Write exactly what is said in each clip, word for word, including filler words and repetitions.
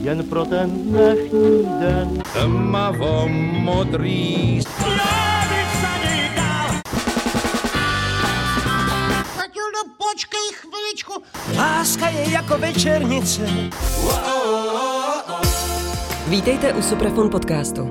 jen pro ten dnešní den. Tmavo modrý. Matildo, počkej chviličku. Láska je jako večernice. Vítejte u Suprafon podcastu.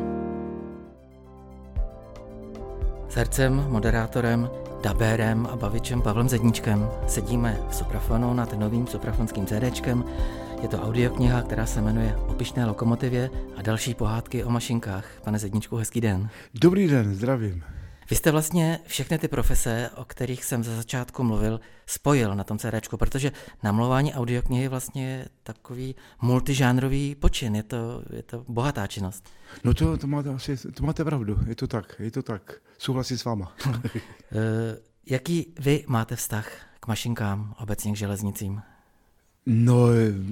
S hercem, moderátorem, dabérem a bavičem Pavlem Zedníčkem sedíme v Suprafonu nad novým suprafonským CDčkem. Je to audiokniha, která se jmenuje O pyšné lokomotivě a další pohádky o mašinkách. Pane Zedníčku, hezký den. Dobrý den, zdravím. Vy jste vlastně všechny ty profese, o kterých jsem za začátku mluvil, spojil na tom CDčku, protože namlouvání audioknihy vlastně je takový multižánrový počin, je to, je to bohatá činnost. No to, to, máte asi, to máte pravdu, je to tak, je to tak, souhlasím s váma. Jaký vy máte vztah k mašinkám, obecně k železnicím? No,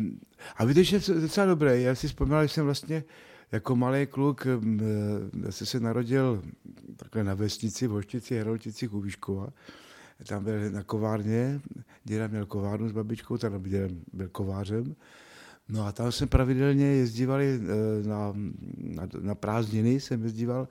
a víte, že je docela dobré, já si vzpomínal, že jsem vlastně jako malý kluk, já jsem se narodil takhle na vesnici, v Hoštici, Herolticích u Výškova. Tam byl na kovárně, děda měl kovárnu s babičkou, tam děda byl kovářem. No a tam jsem pravidelně jezdívali na, na, na prázdniny, jsem jezdíval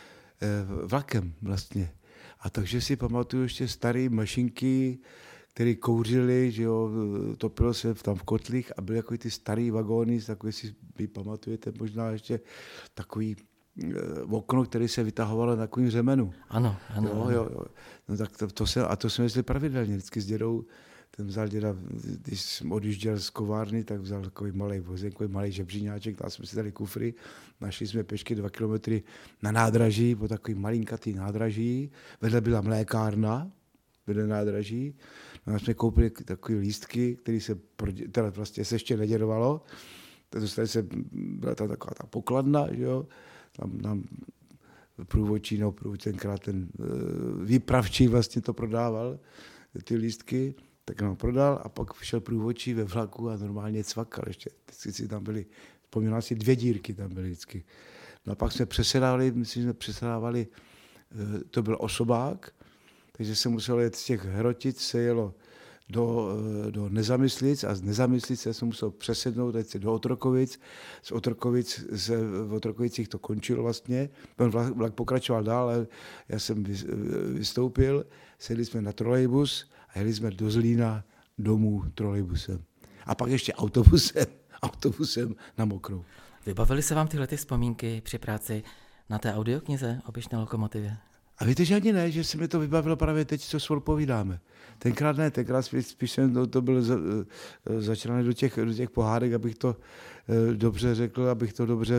vlakem vlastně. A takže si pamatuju ještě staré mašinky, které kouřily, že jo, topilo se tam v kotlích a byly jako ty starý vagóny, takový si vy pamatujete možná ještě takový okno, které se vytahovalo na takovým řemenu. Ano, ano. Jo, jo, jo. No tak to, to se, a to jsme jezdili pravidelně, vždycky s dědou, ten vzal děda, když jsem odjížděl z kovárny, tak vzal takový malý vozík, takový malý žebříňáček, tam jsme si dali kufry, našli jsme pěšky dva kilometry na nádraží, po takový malinkatý nádraží, vedle byla mlékárna, vedle nádraží. No a jsme koupili takové lístky, které se, teda vlastně se ještě neděrovalo. Dostali se, byla tam taková ta pokladna, že jo. Tam nám průvodčí, no průvodčí, tenkrát ten výpravčí vlastně to prodával, ty lístky, tak nám prodal a pak šel průvodčí ve vlaku a normálně cvakal ještě. Vždycky tam byly, vzpomínám si, dvě dírky tam byly vždycky. No a pak jsme přesedávali, myslím, že jsme přesedávali, to byl osobák, takže se muselo jet z těch Hrotic, se jelo do, do Nezamyslic a z Nezamyslic se musel přesednout do Otrokovic. Z Otrokovic, se, v Otrokovicích to končilo vlastně, ten vlak, vlak pokračoval dál, ale já jsem vystoupil, sedli jsme na trolejbus a jeli jsme do Zlína domů trolejbusem. A pak ještě autobusem, autobusem na Mokrou. Vybavily se vám tyhle ty vzpomínky při práci na té audioknize O pyšné lokomotivě? A víte, že ani ne, že se mi to vybavilo právě teď, co spolu povídáme. Tenkrát ne, tenkrát spíš, spíš jsem to, to byl za, začínaný do těch, do těch pohádek, abych to e, dobře řekl, abych to dobře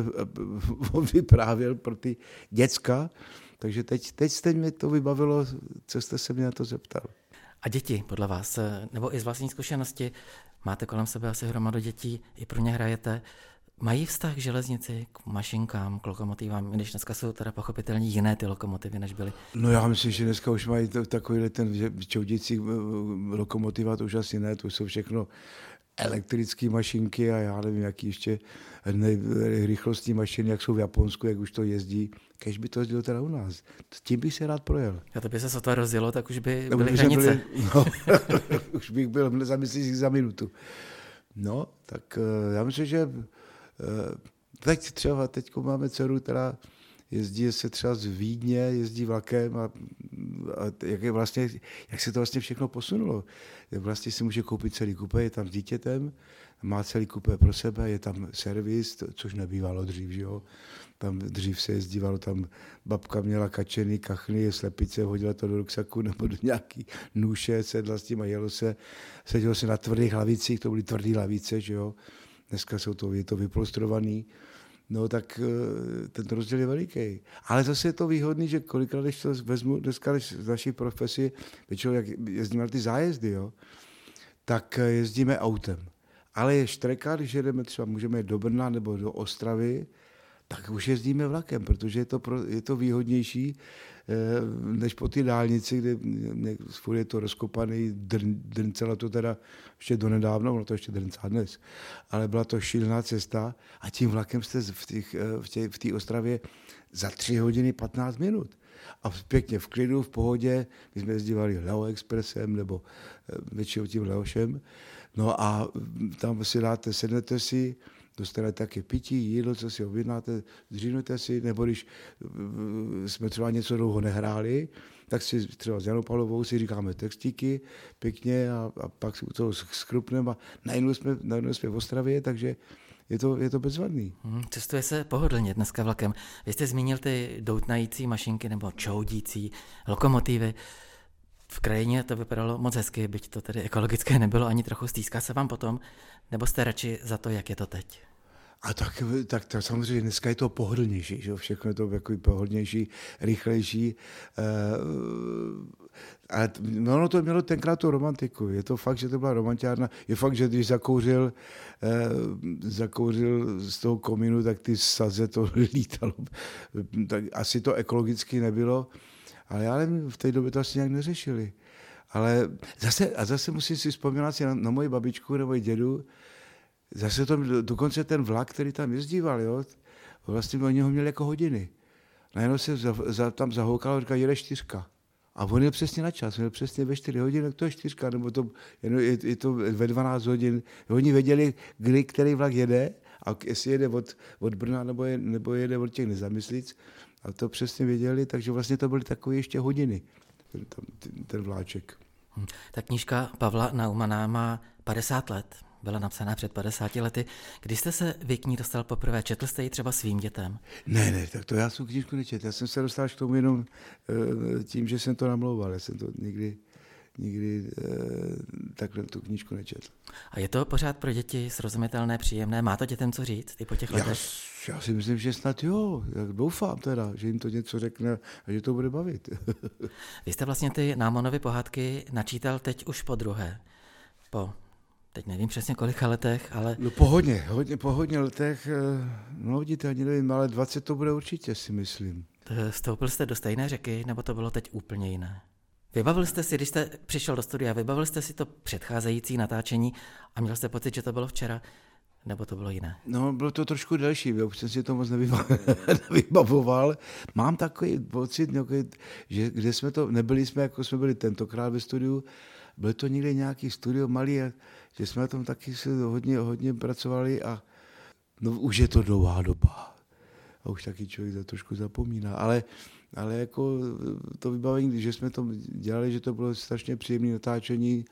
vyprávěl pro ty děcka. Takže teď, teď jste mi to vybavilo, co jste se mě na to zeptal. A děti, podle vás, nebo i z vlastní zkušenosti, máte kolem sebe asi hromadu dětí, i pro ně hrajete, mají vztah k železnici, k mašinkám, k lokomotivám, když dneska jsou teda pochopitelně jiné ty lokomotivy, než byly? No já myslím, že dneska už mají takovýhle ten čoudící lokomotiva, to už asi ne, to jsou všechno elektrické mašinky a já nevím, jaký ještě rychlostní mašiny, jak jsou v Japonsku, jak už to jezdí. Kež by to jezdilo teda u nás. S tím bych se rád projel. A to by se sotva rozjelo, tak už by no, byly hranice. Byli, no, už bych byl za myslíš za minutu. No, tak já myslím, že teď třeba teď máme dceru, která jezdí se třeba z Vídně, jezdí vlakem a, a jak, je vlastně, jak se to vlastně všechno posunulo. Vlastně si může koupit celý kupé, je tam s dítětem, má celý kupé pro sebe, je tam servis, což nebývalo dřív, že jo. Tam dřív se jezdívalo, tam babka měla kačeny, kachny, slepice, hodila to do ruksaku nebo do nějaký nůše, sedla s tím a jelo se, sedělo se na tvrdých lavicích, to byly tvrdý lavice, že jo. Dneska jsou to, je to vypolstrovaný, no tak ten rozdíl je veliký. Ale zase je to výhodný, že kolikrát, když to vezmu dneska z naší profesi, většinou jak jezdíme na ty zájezdy, jo, tak jezdíme autem. Ale je štreka, když jedeme třeba, můžeme jít do Brna nebo do Ostravy, tak už jezdíme vlakem, protože je to, pro, je to výhodnější, než po té dálnici, kde furt je to rozkopaný, drn, drncelo to teda ještě donedávno, ono to ještě drncá dnes, ale byla to šílená cesta a tím vlakem jste v té v těch, v Ostravě za tři hodiny patnáct minut. A pěkně v klidu, v pohodě, my jsme jezdívali Leo Expressem nebo většinou tím Leošem, no a tam si dáte, sednete si, dostanete také pití, jídlo, co si objednáte, dřínujete si, nebo když jsme třeba něco dlouho nehráli, tak si třeba s Janou Pavlovou si říkáme textíky pěkně a, a pak si u toho schrupneme a najednou jsme, najednou jsme v Ostravě, takže je to, je to bezvadný. Hmm, cestuje se pohodlně dneska vlakem. Vy jste zmínil ty doutnající mašinky nebo čoudící lokomotivy. V krajině to vypadalo moc hezky, byť to tedy ekologické nebylo ani trochu. Stýská se vám potom, nebo jste radši za to, jak je to teď? A tak, tak, tak samozřejmě dneska je to pohodlnější, že? Všechno je to jako pohodlnější, rychlejší. Ale no, no to mělo tenkrát tu romantiku. Je to fakt, že to byla romantiárna. Je fakt, že když zakouřil, eh, zakouřil z toho komínu, tak ty saze to lítalo. Tak asi to ekologicky nebylo. Ale já nevím, v té době to asi nějak neřešili. Ale zase, a zase musím si vzpomínat si na, na moji babičku nebo moji dědu. Zase to, dokonce ten vlak, který tam jezdíval, jo, vlastně oni ho měli jako hodiny. Najednou se za, za, tam zahoukal a říkal, jede čtyřka. A on je přesně na čas, on je přesně ve čtyři hodiny, tak to je čtyřka, nebo to, je, je to ve dvanáct hodin. Oni věděli, kdy který vlak jede, a jestli jede od, od Brna, nebo, je, nebo jede od těch Nezamyslic. A to přesně věděli, takže vlastně to byly takové ještě hodiny, ten, ten, ten vláček. Hmm. Ta knížka Pavla Naumana má padesát let. Byla napsaná před padesáti lety. Když jste se vy k ní dostal poprvé, četl jste ji třeba svým dětem? Ne, ne, tak to já jsem knížku nečetl. Já jsem se dostal k tomu jenom uh, tím, že jsem to namlouval. Já jsem to nikdy, nikdy uh, takhle tu knížku nečetl. A je to pořád pro děti srozumitelné, příjemné? Má to dětem co říct i po těch letech? Já, já si myslím, že snad jo. Já doufám teda, že jim to něco řekne a že to bude bavit. Vy jste vlastně ty Naumanovy pohádky načítal teď už po druhé. Po Teď nevím přesně kolika letech, ale... No po hodně, hodně, po hodně letech, no vidíte, ani nevím, ale dvacet to bude určitě, si myslím. Vstoupil jste do stejné řeky, nebo to bylo teď úplně jiné? Vybavil jste si, když jste přišel do studia, vybavil jste si to předcházející natáčení a měl jste pocit, že to bylo včera, nebo to bylo jiné? No, bylo to trošku delší, já už jsem si to moc nevybavoval. Mám takový pocit, že kde jsme to, nebyli jsme, jako jsme byli tentokrát ve studiu, byl to někde nějaký studio malý, že jsme na tom taky se hodně, hodně pracovali a no, už je to dlouhá doba. A už taky člověk to trošku zapomíná. Ale, ale jako to vybavení, že jsme to dělali, že to bylo strašně příjemné natáčení,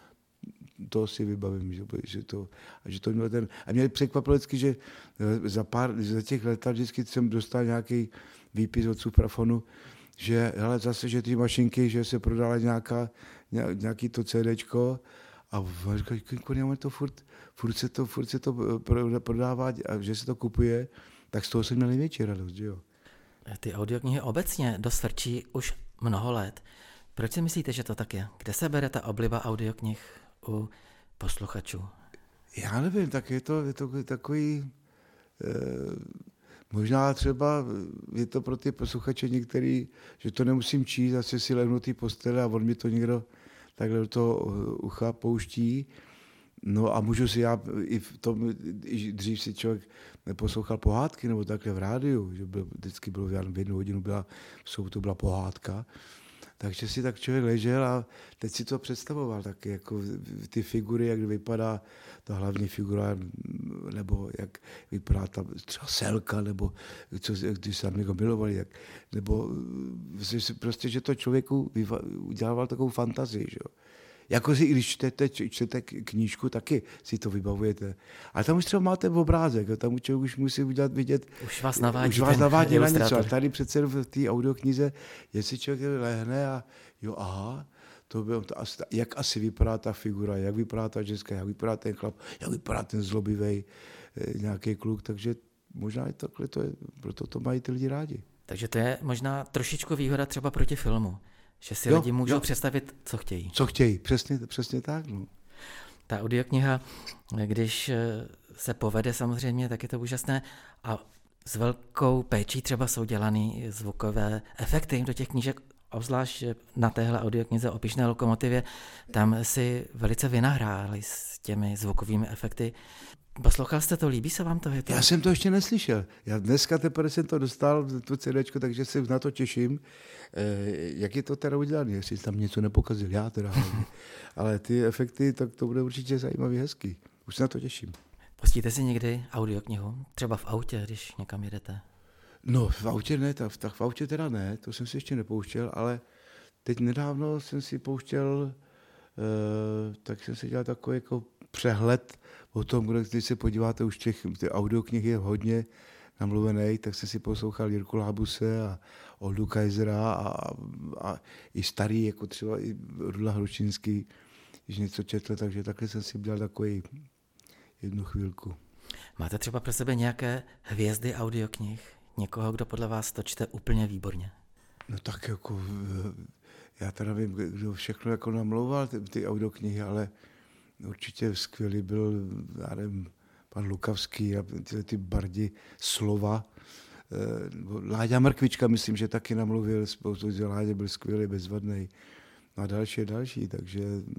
to si vybavím, že, že to, a že to mělo ten... A mě překvapilo vždycky, že za pár, za těch let vždycky jsem dostal nějaký výpis od Suprafonu, že hele, zase, že ty mašinky, že se prodala nějaká, nějaký to CDčko a říkali, že to furt, furt, se to, furt se to prodává a že se to kupuje, tak z toho jsem měl největší radost, že jo. Ty audioknihy obecně dost frčí už mnoho let. Proč si myslíte, že to tak je? Kde se bere ta obliba audioknih u posluchačů? Já nevím, tak je to, je to takový... Eh, Možná třeba je to pro ty posluchače některý, že to nemusím číst, asi si lehnu ty postele a on mi to někdo takhle do toho ucha pouští. No a můžu si já, i v tom, i dřív si člověk neposlouchal pohádky nebo takhle v rádiu, že byl, vždycky bylo v jednu hodinu byla, v sobotu byla pohádka, takže si tak člověk ležel a teď si to představoval taky, jako ty figury, jak vypadá ta hlavní figura, nebo jak vypadá ta třeba Selka, nebo co, když se tam někoho milovali, jak, nebo prostě, že to člověku udělával takovou fantazii, že jo. Jako si, když čtete, čtete knížku, taky si to vybavujete. Ale tam už třeba máte obrázek, tam člověk už musí udělat vidět. Už vás navádí, už vás navádí na něco. A tady přece v té audioknize, jestli člověk lehne a jo, aha, to bylo, to asi, jak asi vypadá ta figura, jak vypadá ta ženská, jak vypadá ten chlap, jak vypadá ten zlobivý eh, nějaký kluk, takže možná i takhle to je, proto to mají ty lidi rádi. Takže to je možná trošičku výhoda třeba proti filmu. Že si jo, lidi můžou jo. představit, co chtějí. Co chtějí, přesně, přesně tak. No. Ta audiokniha, když se povede samozřejmě, tak je to úžasné a s velkou péčí třeba jsou dělané zvukové efekty do těch knížek, obzvlášť na téhle audioknize o Pyšné lokomotivě, tam si velice vynahráli s těmi zvukovými efekty. Poslouchal jste to, líbí se vám to? Je to? Já jsem to ještě neslyšel. Já dneska teprve jsem to dostal, tu CDčko, takže se na to těším. Eh, jak je to teda udělané? Jestli tam něco nepokazil, já teda. Ale ty efekty, tak to bude určitě zajímavý, hezký. Už se na to těším. Pustíte si někdy audioknihu? Třeba v autě, když někam jedete? No, v autě ne, tak, tak v autě teda ne, to jsem si ještě nepouštěl, ale teď nedávno jsem si pouštěl, eh, tak jsem si dělal takový jako přehled o tom, když se podíváte, už těch audioknih je hodně namluvený, tak jsem si poslouchal Jirku Lábuse a Oldu Kaisera a, a i starý, jako třeba i Rudla Hručínský, když něco četl, takže takhle jsem si dělal takový jednu chvílku. Máte třeba pro sebe nějaké hvězdy audioknih? Někoho, kdo podle vás to čte úplně výborně? No tak jako, já teda vím, kdo všechno jako namlouval ty, ty audioknihy, ale určitě skvělý byl, já nevím, pan Lukavský a tyhle ty bardi slova. Láďa Mrkvička, myslím, že taky namluvil spoustu, že Láďa byl skvělý, bezvadný. A další a další, takže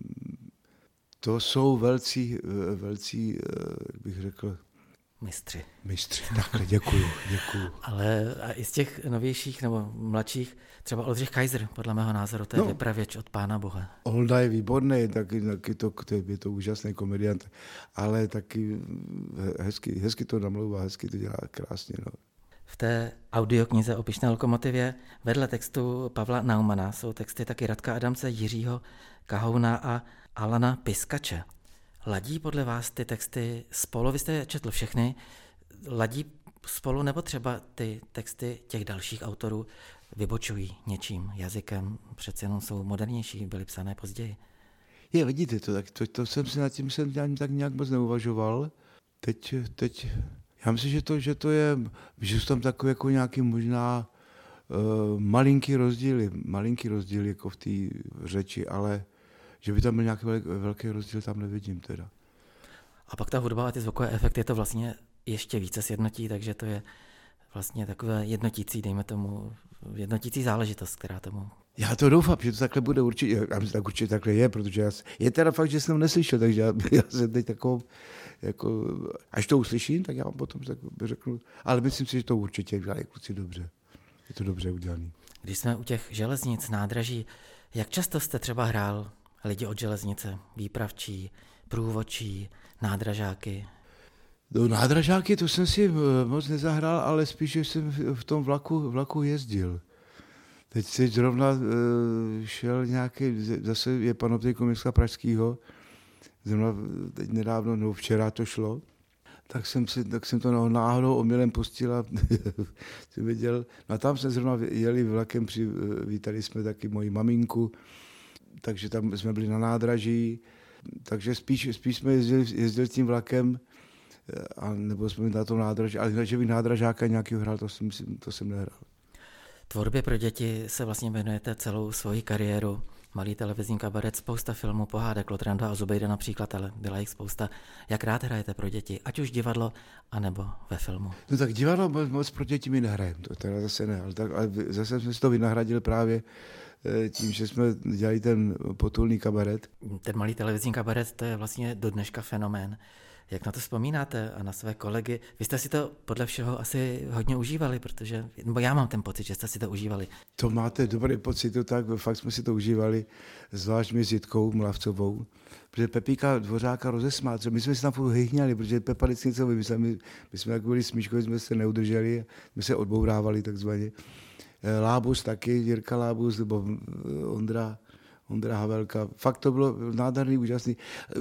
to jsou velcí, velcí, jak bych řekl, Mistři. Mistři, takhle, děkuju, děkuju. Ale a i z těch novějších nebo mladších, třeba Oldřich Kaiser, podle mého názoru, to je no, vypravěč od Pána Boha. Olda je výborný, taky, taky to, to, je to úžasný komediant, ale taky hezky, hezky to namlouvá, hezky to dělá krásně. No. V té audioknize o Pyšné lokomotivě vedle textu Pavla Naumana jsou texty taky Radka Adamce, Jiřího Kahouna a Alana Piskače. Ladí podle vás ty texty spolu? Vy jste je četl všechny. Ladí spolu nebo třeba ty texty těch dalších autorů vybočují něčím, jazykem? Přece jenom jsou modernější, byly psané později. Je, vidíte to, tak to, to jsem si nad tím jsem tak nějak moc neuvažoval. Teď, teď já myslím, že to, že to je, že jsou tam takové jako nějaký možná uh, malinký rozdíly, malinký rozdíly jako v té řeči, ale že by tam byl nějaký velký, velký rozdíl, tam nevidím teda. A pak ta hudba a ty zvukové efekty to vlastně ještě více sjednotí, takže to je vlastně takové jednotící, dejme tomu, jednotící záležitost, která tomu... Já to doufám, že to takhle bude určitě, já myslím, tak určitě takhle je, protože já, je teda fakt, že jsem neslyšel, takže já, já jsem teď takovou, jako, až to uslyším, tak já vám potom tak řeknu, ale myslím si, že to určitě dělají kluci dobře. Je to dobře udělané. Když jsme u těch železnic, nádraží, jak často jste třeba hrál Lidi od železnice, výpravčí, průvodčí, nádražáky? No, nádražáky to jsem si moc nezahrál, ale spíš, že jsem v tom vlaku, vlaku jezdil. Teď si zrovna uh, šel nějaký, zase je panoptikum města Pražského, zrovna teď nedávno, no včera to šlo, tak jsem, si, tak jsem to náhodou omylem pustil a jsem viděl. No a tam jsme zrovna jeli vlakem, přivítali jsme taky moji maminku, takže tam jsme byli na nádraží, takže spíš, spíš jsme jezdili, jezdili tím vlakem, a nebo jsme na tom nádraží, ale že bych nádražáka nějaký hrál, to jsem, to jsem nehrál. Tvorbě pro děti se vlastně věnujete celou svoji kariéru. Malý televizní kabaret, spousta filmů, pohádek, Lotranda a Zubejda například, ale byla jich spousta. Jak rád hrajete pro děti, ať už divadlo, anebo ve filmu? No tak divadlo moc pro děti mi nehrajem, to teda zase ne, ale, tak, ale zase jsme si to vynahradili právě tím, že jsme dělali ten potulný kabaret. Ten malý televizní kabaret, to je vlastně do dneška fenomén. Jak na to vzpomínáte a na své kolegy? Vy jste si to podle všeho asi hodně užívali, protože, nebo já mám ten pocit, že jste si to užívali. To máte dobrý pocit, to tak, fakt jsme si to užívali, zvlášť my s Jitkou Mlavcovou, protože Pepíka Dvořáka rozesmát, my jsme si tam furt hyhňali, protože Pepa vždycky něco vymyslel, my, my jsme jako byli smíškovi, jsme se neudrželi, my se odbourávali takzvaně. Lábus taky, Jirka Lábus, nebo Ondra, Ondra Havelka. Fakt to bylo nádherný, úžasný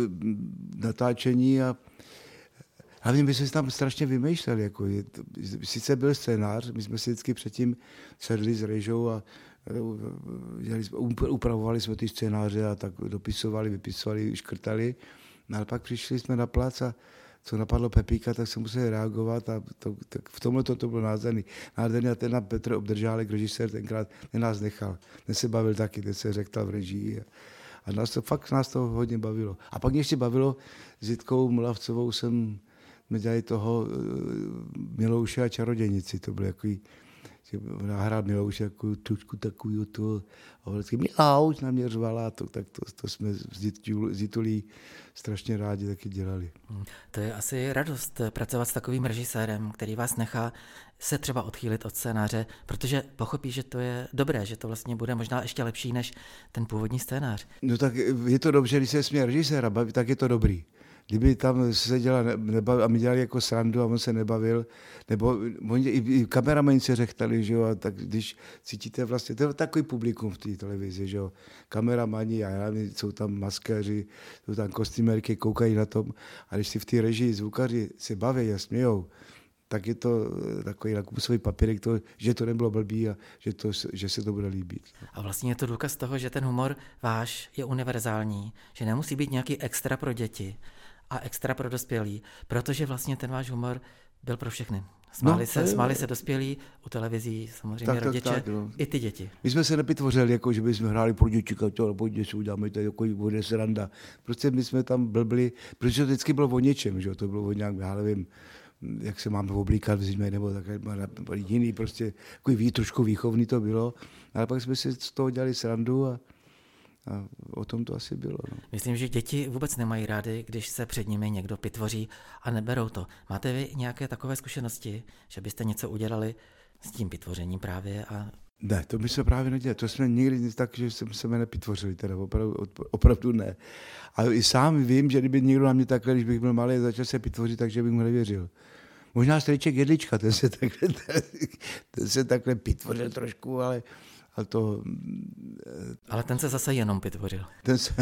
natáčení a hlavně my jsme si tam strašně vymýšleli. Jako je, sice byl scénář, my jsme si vždycky předtím sedli s Rejžou a dělali, upravovali jsme ty scénáře a tak dopisovali, vypisovali, škrtali. No, ale pak přišli jsme na plac a co napadlo Pepíka, tak se museli reagovat a to, tak v tomhle to, to bylo nádherný. Nádherný a ten Petr Obdržálek, režisér, tenkrát ten nás nechal. Ten se bavil taky, ten se řektal v režii. A, a nás to, fakt nás to hodně bavilo. A pak mě ještě bavilo s Jitkou Mlavcovou, jsem, jsme dělali toho Milouše a čarodějnici. To bylo jako ona hrát Milouše jako tučku takovou tu a vždycky Milouš na mě řvala, to, tak to, to jsme s Jitulí strašně rádi taky dělali. To je asi radost pracovat s takovým režisérem, který vás nechá se třeba odchýlit od scénáře, protože pochopí, že to je dobré, že to vlastně bude možná ještě lepší než ten původní scénář. No tak je to dobře, když se směje režiséra baví, tak je to dobrý. kdyby tam seděla nebavil, a my dělali jako srandu a on se nebavil, nebo oni, i, i kameramani se řechtali, že jo, a tak když cítíte vlastně, to je takový publikum v té televizi, že jo, kameramani a já nevím, jsou tam maskéři, jsou tam kostýmerky, koukají na tom a když si v té režii zvukaři se baví a smějou, tak je to takový lakmusový papírek, to, že to nebylo blbý a že, to, že se to bude líbit. A vlastně je to důkaz toho, že ten humor váš je univerzální, že nemusí být nějaký extra pro děti a extra pro dospělí, protože vlastně ten váš humor byl pro všechny. Smáli, no, se, smáli se dospělí, u televizí samozřejmě tak, rodiče, tak, tak, no. I ty děti. My jsme se nepitvořili, jako že bychom hráli pro děti, pojďte si uděláme, to je takový bude sranda. Prostě my jsme tam blbli, protože to vždycky bylo o něčem, že? To bylo o nějak, já nevím, jak se máme oblíkat v zimě, nebo takhle jiný, prostě takový trošku výchovný to bylo, ale pak jsme si z toho dělali srandu a, a o tom to asi bylo. No. Myslím, že děti vůbec nemají rády, když se před nimi někdo pitvoří a neberou to. Máte vy nějaké takové zkušenosti, že byste něco udělali s tím pitvořením právě? A... Ne, to my jsme právě nedělali. To jsme nikdy nic tak, že jsme se nepitvořili, teda opravdu, opravdu ne. A i sám vím, že kdyby někdo na mě takhle, když bych byl malý, začal se pitvořit, takže bych mu nevěřil. Možná strýček Jedlička, ten se takhle, ten se takhle pitvořil trošku, ale, ale to... Ale ten se zase jenom pitvořil. Ten se...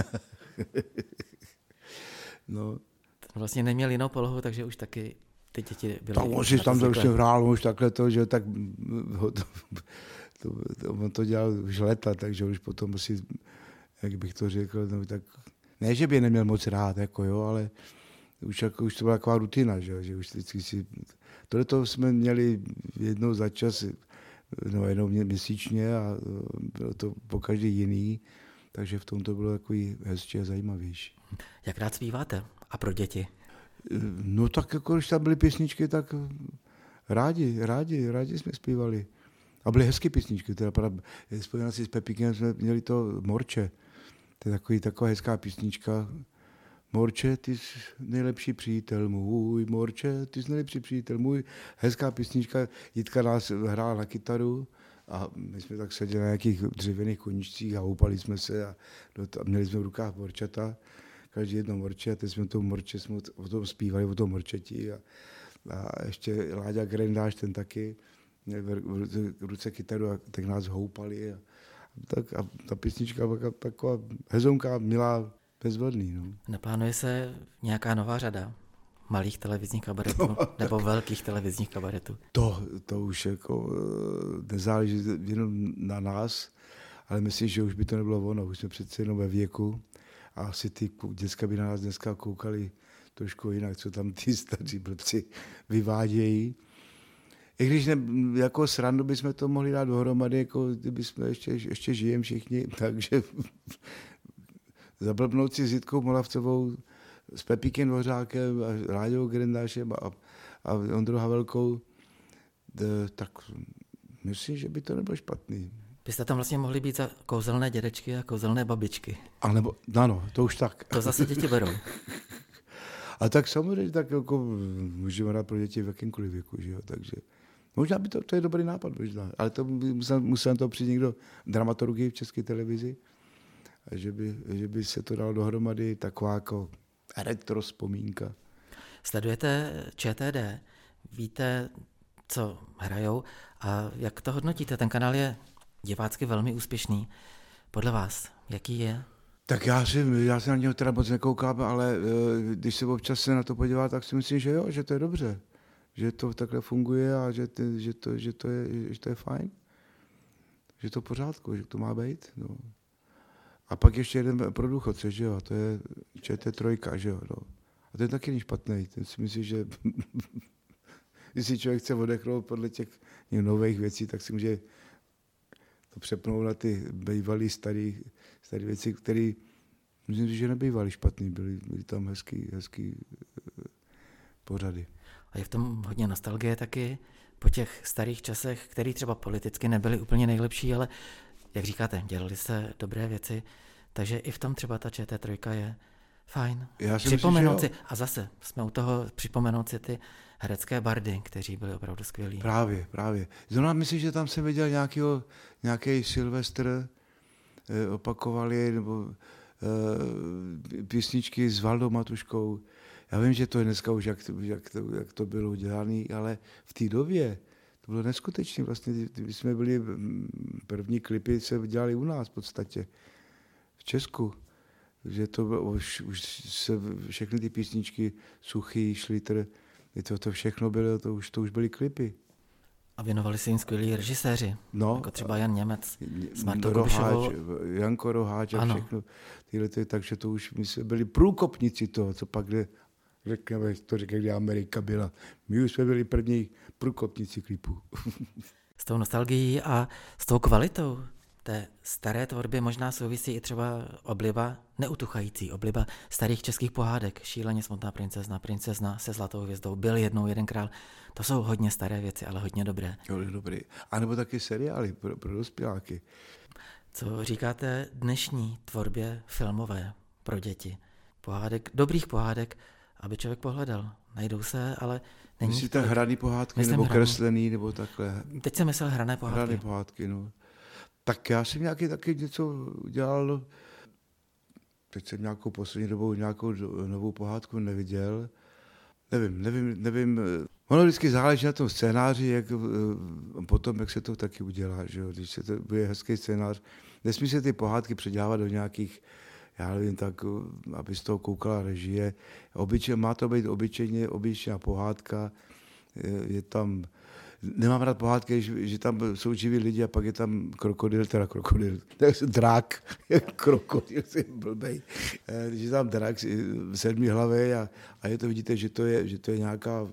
no. Ten vlastně neměl jinou polohu, takže už taky ty děti byly... Tak on si tam to už hrál, už takhle to, že tak... To, to, to, on to dělal už leta, takže už potom asi, jak bych to řekl, no, tak... Ne, že by neměl moc rád, jako jo, ale... Už, jako, už to byla taková rutina, že, že už vždycky si... Tohle jsme měli jednou za čas, no jednou měsíčně a bylo to po každý jiný, takže v tom to bylo takový hezčí a zajímavější. Jak rád zpíváte? A pro děti? No tak jako, když tam byly písničky, tak rádi, rádi, rádi jsme zpívali. A byly hezké písničky, teda vzpomínám si s Pepíkem, jsme měli to Morče, to je takový, taková hezká písnička. Morče, ty jsi nejlepší přítel můj, Morče, ty jsi nejlepší přítel můj. Hezká písnička, Jitka nás hrála na kytaru a my jsme tak seděli na nějakých dřevěných koničcích a houpali jsme se a, a měli jsme v rukách morčata, každý jedno morče a teď jsme to morče, jsme o tom zpívali, o tom morčeti a, a ještě Láďa Grendáš, ten taky měl v ruce kytaru a tak nás houpali a, tak, a ta písnička byla taková hezonká, milá, bezvadný, no. Neplánuje se nějaká nová řada malých televizních kabaretů no, nebo tak... velkých televizních kabaretů? To, to už jako nezáleží jenom na nás, ale myslím, že už by to nebylo ono. Už jsme přece jenom ve věku a asi ty děcka by na nás dneska koukali trošku jinak, co tam ty staří blbci vyvádějí. I když ne, jako srandu bychom to mohli dát dohromady, jako kdyby jsme ještě, ještě žijeme všichni, takže... Zablbnout si s Jitkou Molavcovou, s Pepíkem Dvořákem a Láďou Grendášem a, a Ondrou Havelkou, de, tak myslím, že by to nebylo špatný. Byste tam vlastně mohli být za kouzelné dědečky a kouzelné babičky. A nebo, ano, to už tak. To zase děti berou. A tak samozřejmě tak jako můžeme hrát pro děti v jakémkoliv věku, že jo, takže možná by to, to je dobrý nápad, možná, ale to musel, musel to přijít někdo dramaturgii v České televizi, a že by, že by se to dalo dohromady, taková jako retro vzpomínka. Sledujete ČTD, víte, co hrajou a jak to hodnotíte? Ten kanál je divácky velmi úspěšný. Podle vás, jaký je? Tak já si, já si na něho teda moc nekoukám, ale když se občas se na to podívá, tak si myslím, že jo, že to je dobře. Že to takhle funguje a že, ty, že, to, že, to, je, že to je fajn. Že to v pořádku, že to má být. No. A pak ještě jeden pro důchodce, že jo, to je ČT tři, že jo, no. A ten taky není špatný, ten si myslí, že když si člověk chce odechnout podle těch nových věcí, tak si může to přepnout na ty bývalý starý, starý věci, které myslím si, že nebývaly špatný, byly, byly tam hezký, hezký pořady. A je v tom hodně nostalgie taky po těch starých časech, které třeba politicky nebyly úplně nejlepší, ale jak říkáte, dělali se dobré věci, takže i v tom třeba ta ČT tři je fajn. Já si připomenout myslím, si, a zase jsme u toho připomenout si ty herecké bardy, kteří byli opravdu skvělí. Právě, právě. Zrovna myslím, že tam jsem viděl nějakýho, nějaký Silvestr, eh, opakovali, nebo eh, písničky s Valdou Matuškou, Já vím, že to je dneska už, jak to, jak to, jak to bylo udělané, ale v té době to bylo neskutečné. Vlastně, když jsme byli, první klipy se dělali u nás v podstatě, v Česku. Že to bylo, už, už se všechny ty písničky, Suchý, Šlitr, to, to všechno bylo, to už, to už byly klipy. A věnovali se jim skvělí režiséři, no, jako třeba Jan Němec, s Martou Roháč, Kubišovou. Janko Roháč a ano. všechno. Tyhle, takže to už my jsme byli průkopníci toho, co pak kde, řekneme, to řekne, kde Amerika byla. My už jsme byli první průkopníci klipů. S tou nostalgií a s tou kvalitou té staré tvorby možná souvisí i třeba obliba, neutuchající obliba starých českých pohádek. Šíleně smutná princezna, princezna se zlatou hvězdou, Byl jednou jeden král. To jsou hodně staré věci, ale hodně dobré. Hodně dobrý. A nebo taky seriály pro, pro dospěláky. Co říkáte dnešní tvorbě filmové pro děti? Pohádek, dobrých pohádek, aby člověk pohledal. Najdou se, ale není... Myslíte hraný pohádky, Myslím nebo hraný. Kreslený, nebo takhle? Teď jsem myslel hrané pohádky. Hrané pohádky, no. Tak já jsem nějaký taky něco udělal, teď jsem nějakou poslední dobou nějakou novou pohádku neviděl. Nevím, nevím, nevím. Ono vždycky záleží na tom scénáři, jak, potom, jak se to taky udělá, že jo? Když se to bude hezký scénář. Nesmí se ty pohádky předělávat do nějakých, já nevím, tak, aby z toho koukala režie. Obyčej, má to být obyčejně, obyčejná pohádka, je, je tam... Nemám rád pohádky, že, že tam jsou živí lidi a pak je tam krokodil, teda krokodil, drak, krokodil, jsem blbej, že tam drak v sedmi hlavě a, a je to, vidíte, že to je, že to je nějaká,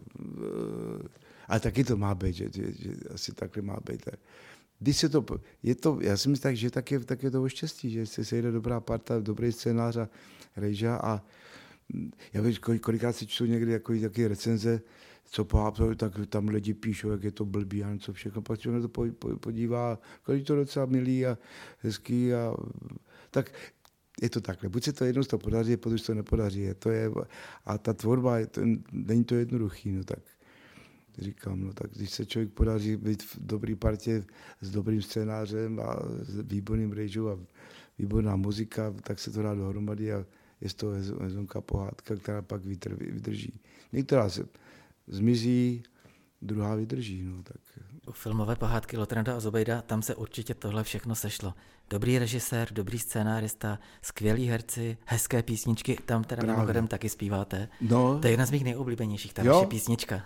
ale taky to má být, že, že, že asi takhle má být. Když se to, je to, já si myslím, že tak je, tak je to o štěstí, že se sejde dobrá parta, dobrý scénář a rejža a já víš, kolikrát si čtu někdy jako taky recenze, co pohádku, tak tam lidi píšou, jak je to blbý a něco všechno, pak se na to podívá, kolik to docela milý a hezký a tak je to takhle. Buď se to jednou to podaří, potom se to nepodaří. Je to je, a ta tvorba, je to, není to jednoduchý, no tak říkám, no tak když se člověk podaří být v dobrý partě s dobrým scénářem a s výborným rejžou a výborná muzika, tak se to dá dohromady a je z toho hezonká pohádka, která pak vydrží. Některá se zmizí, druhá vydrží. No, tak. U filmové pohádky Lotranda a Zobejda, tam se určitě tohle všechno sešlo. Dobrý režisér, dobrý scénárista, skvělí herci, hezké písničky, tam teda Právě. mimochodem taky zpíváte. No. To je jedna z mých nejoblíbenějších, ta Jo. vaše písnička.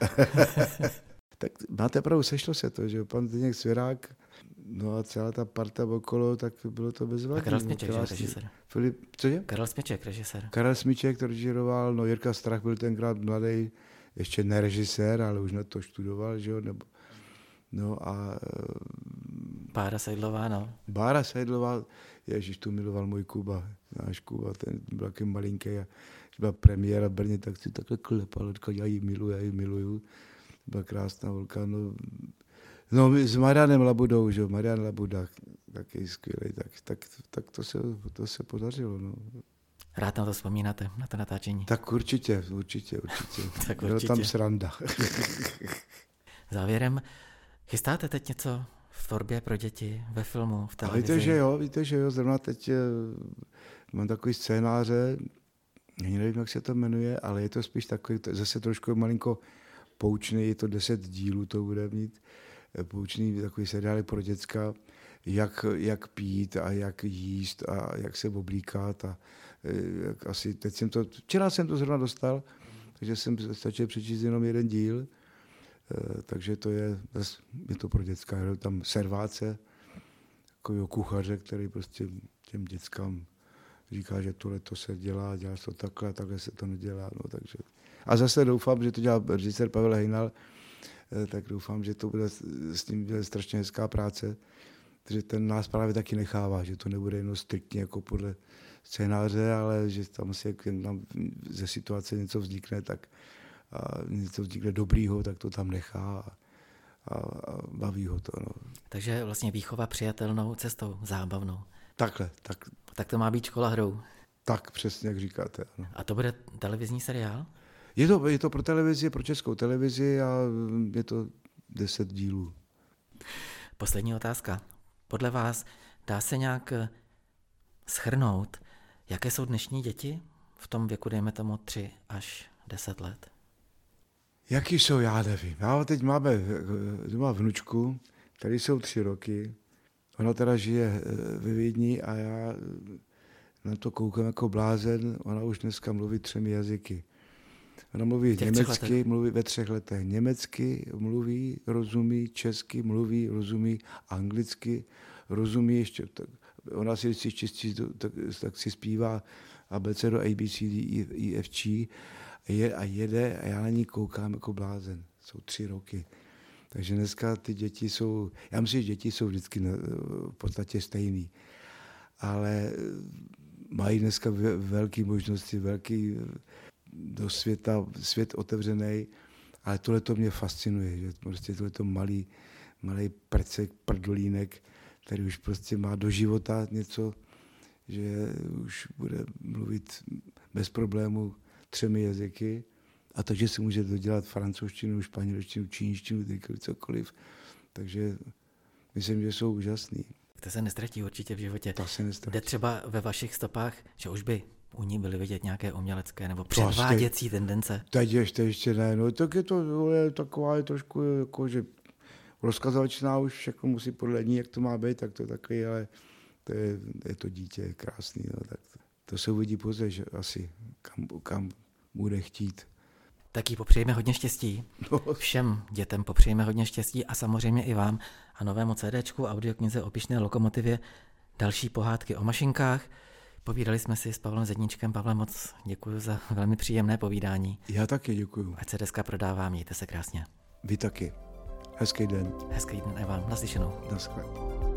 Tak máte pravdu, sešlo se to, že pan Zdeněk Svěrák, no a celá ta parta okolo, tak bylo to bezvadné. A Karel Směček, no, že režisér. Filip, cože? Karel Směček, režisér. Karel Směček to režíroval, no Jirka Strach byl tenkrát mladý, ještě ne režisér, ale už na to študoval, že jo, nebo, no a... Bára Sejdlová, no. Bára Sejdlová, ježiš, tu miloval můj Kuba, náš Kuba, ten byl taky malinký a když byla premiéra v Brně, tak si takhle klepal, říkal, já ji miluju, já ji miluju. Byla krásná holka, no, no s Marianem Labudou, že jo, Marian Labuda, taky skvělý, tak, tak, tak to, se, to se podařilo, no. Rád na to vzpomínáte, na to natáčení. Tak určitě, určitě, určitě. Tak Byla určitě. tam sranda. Závěrem, chystáte teď něco v tvorbě pro děti, ve filmu, v A televizi? víte, že jo, víte, že jo, zrovna teď eh, mám takový scénáře, ani nevím, jak se to jmenuje, ale je to spíš takový, to zase trošku malinko poučný, je to deset dílů, to bude mít, eh, poučný takový seriály pro děcka, jak, jak pít a jak jíst a jak se oblíkat a eh, jak asi, teď jsem to, včera jsem to zrovna dostal, takže jsem stačil přečíst jenom jeden díl, eh, takže to je, je to pro děcka, je tam serváce, takového kuchaře, který prostě těm dětskám říká, že tohle to se dělá, dělá se to takhle a takhle se to nedělá. No, takže. A zase doufám, že to dělá režisér Pavel Hejnal, tak doufám, že to bude s ním bude strašně hezká práce, že ten nás právě taky nechává, že to nebude jenom striktně jako podle scénáře, ale že tam si, jak nám ze situace něco vznikne, tak a něco vznikne dobrýho, tak to tam nechá a, a, a baví ho to. No. Takže vlastně výchova přijatelnou cestou, zábavnou. Takhle, tak, Tak to má být škola hrou. tak přesně, jak říkáte. Ano. A to bude televizní seriál? Je to, je to pro televizi, pro Českou televizi a je to deset dílů. Poslední otázka. Podle vás dá se nějak shrnout, jaké jsou dnešní děti v tom věku, dejme tomu tři až deset let? Jaký jsou, já nevím. Já teď máme doma vnučku, tady jsou tři roky. Ona teda žije ve Vídni a já na to koukám jako blázen. Ona už dneska mluví třemi jazyky. Ona mluví německy, mluví ve třech letech německy, mluví, rozumí, česky, mluví, rozumí, anglicky, rozumí ještě. Tak, ona si vždycky čistí, tak, tak si zpívá A B C D, A B C D, E F G je, a jede a já na ní koukám jako blázen. Jsou tři roky. Takže dneska ty děti jsou, já myslím, že děti jsou vždycky na, v podstatě stejný, ale mají dneska velké možnosti, velký do světa, svět otevřený, ale tohle to mě fascinuje, že prostě tohle malý, malý prcek, prdolínek, který už prostě má do života něco, že už bude mluvit bez problému třemi jazyky a takže si může dodělat francouzštinu, španělštinu, čínštinu, cokoliv. Takže myslím, že jsou úžasný. To se nestratí určitě v životě. To se nestratí. Jde třeba ve vašich stopách, že už by u ní byly vidět nějaké umělecké nebo předváděcí tendence? Teď ještě, ještě ne. No tak je to je taková je trošku jako, že rozkazovačná už všechno musí podle ní, jak to má být, tak to takový, ale to je, je to dítě krásný. No, tak to, to se uvidí později, že asi kam, kam bude chtít. Tak jí popřejeme hodně štěstí. No. Všem dětem popřejeme hodně štěstí a samozřejmě i vám a novému CDčku, audioknize o pyšné lokomotivě, další pohádky o mašinkách. Povídali jsme si s Pavlem Zedníčkem. Pavle, moc děkuji za velmi příjemné povídání. Já taky děkuji. Ať se deska prodává, mějte se krásně. Vy taky. Hezký den. Hezký den i vám. Naslyšenou. Naschle.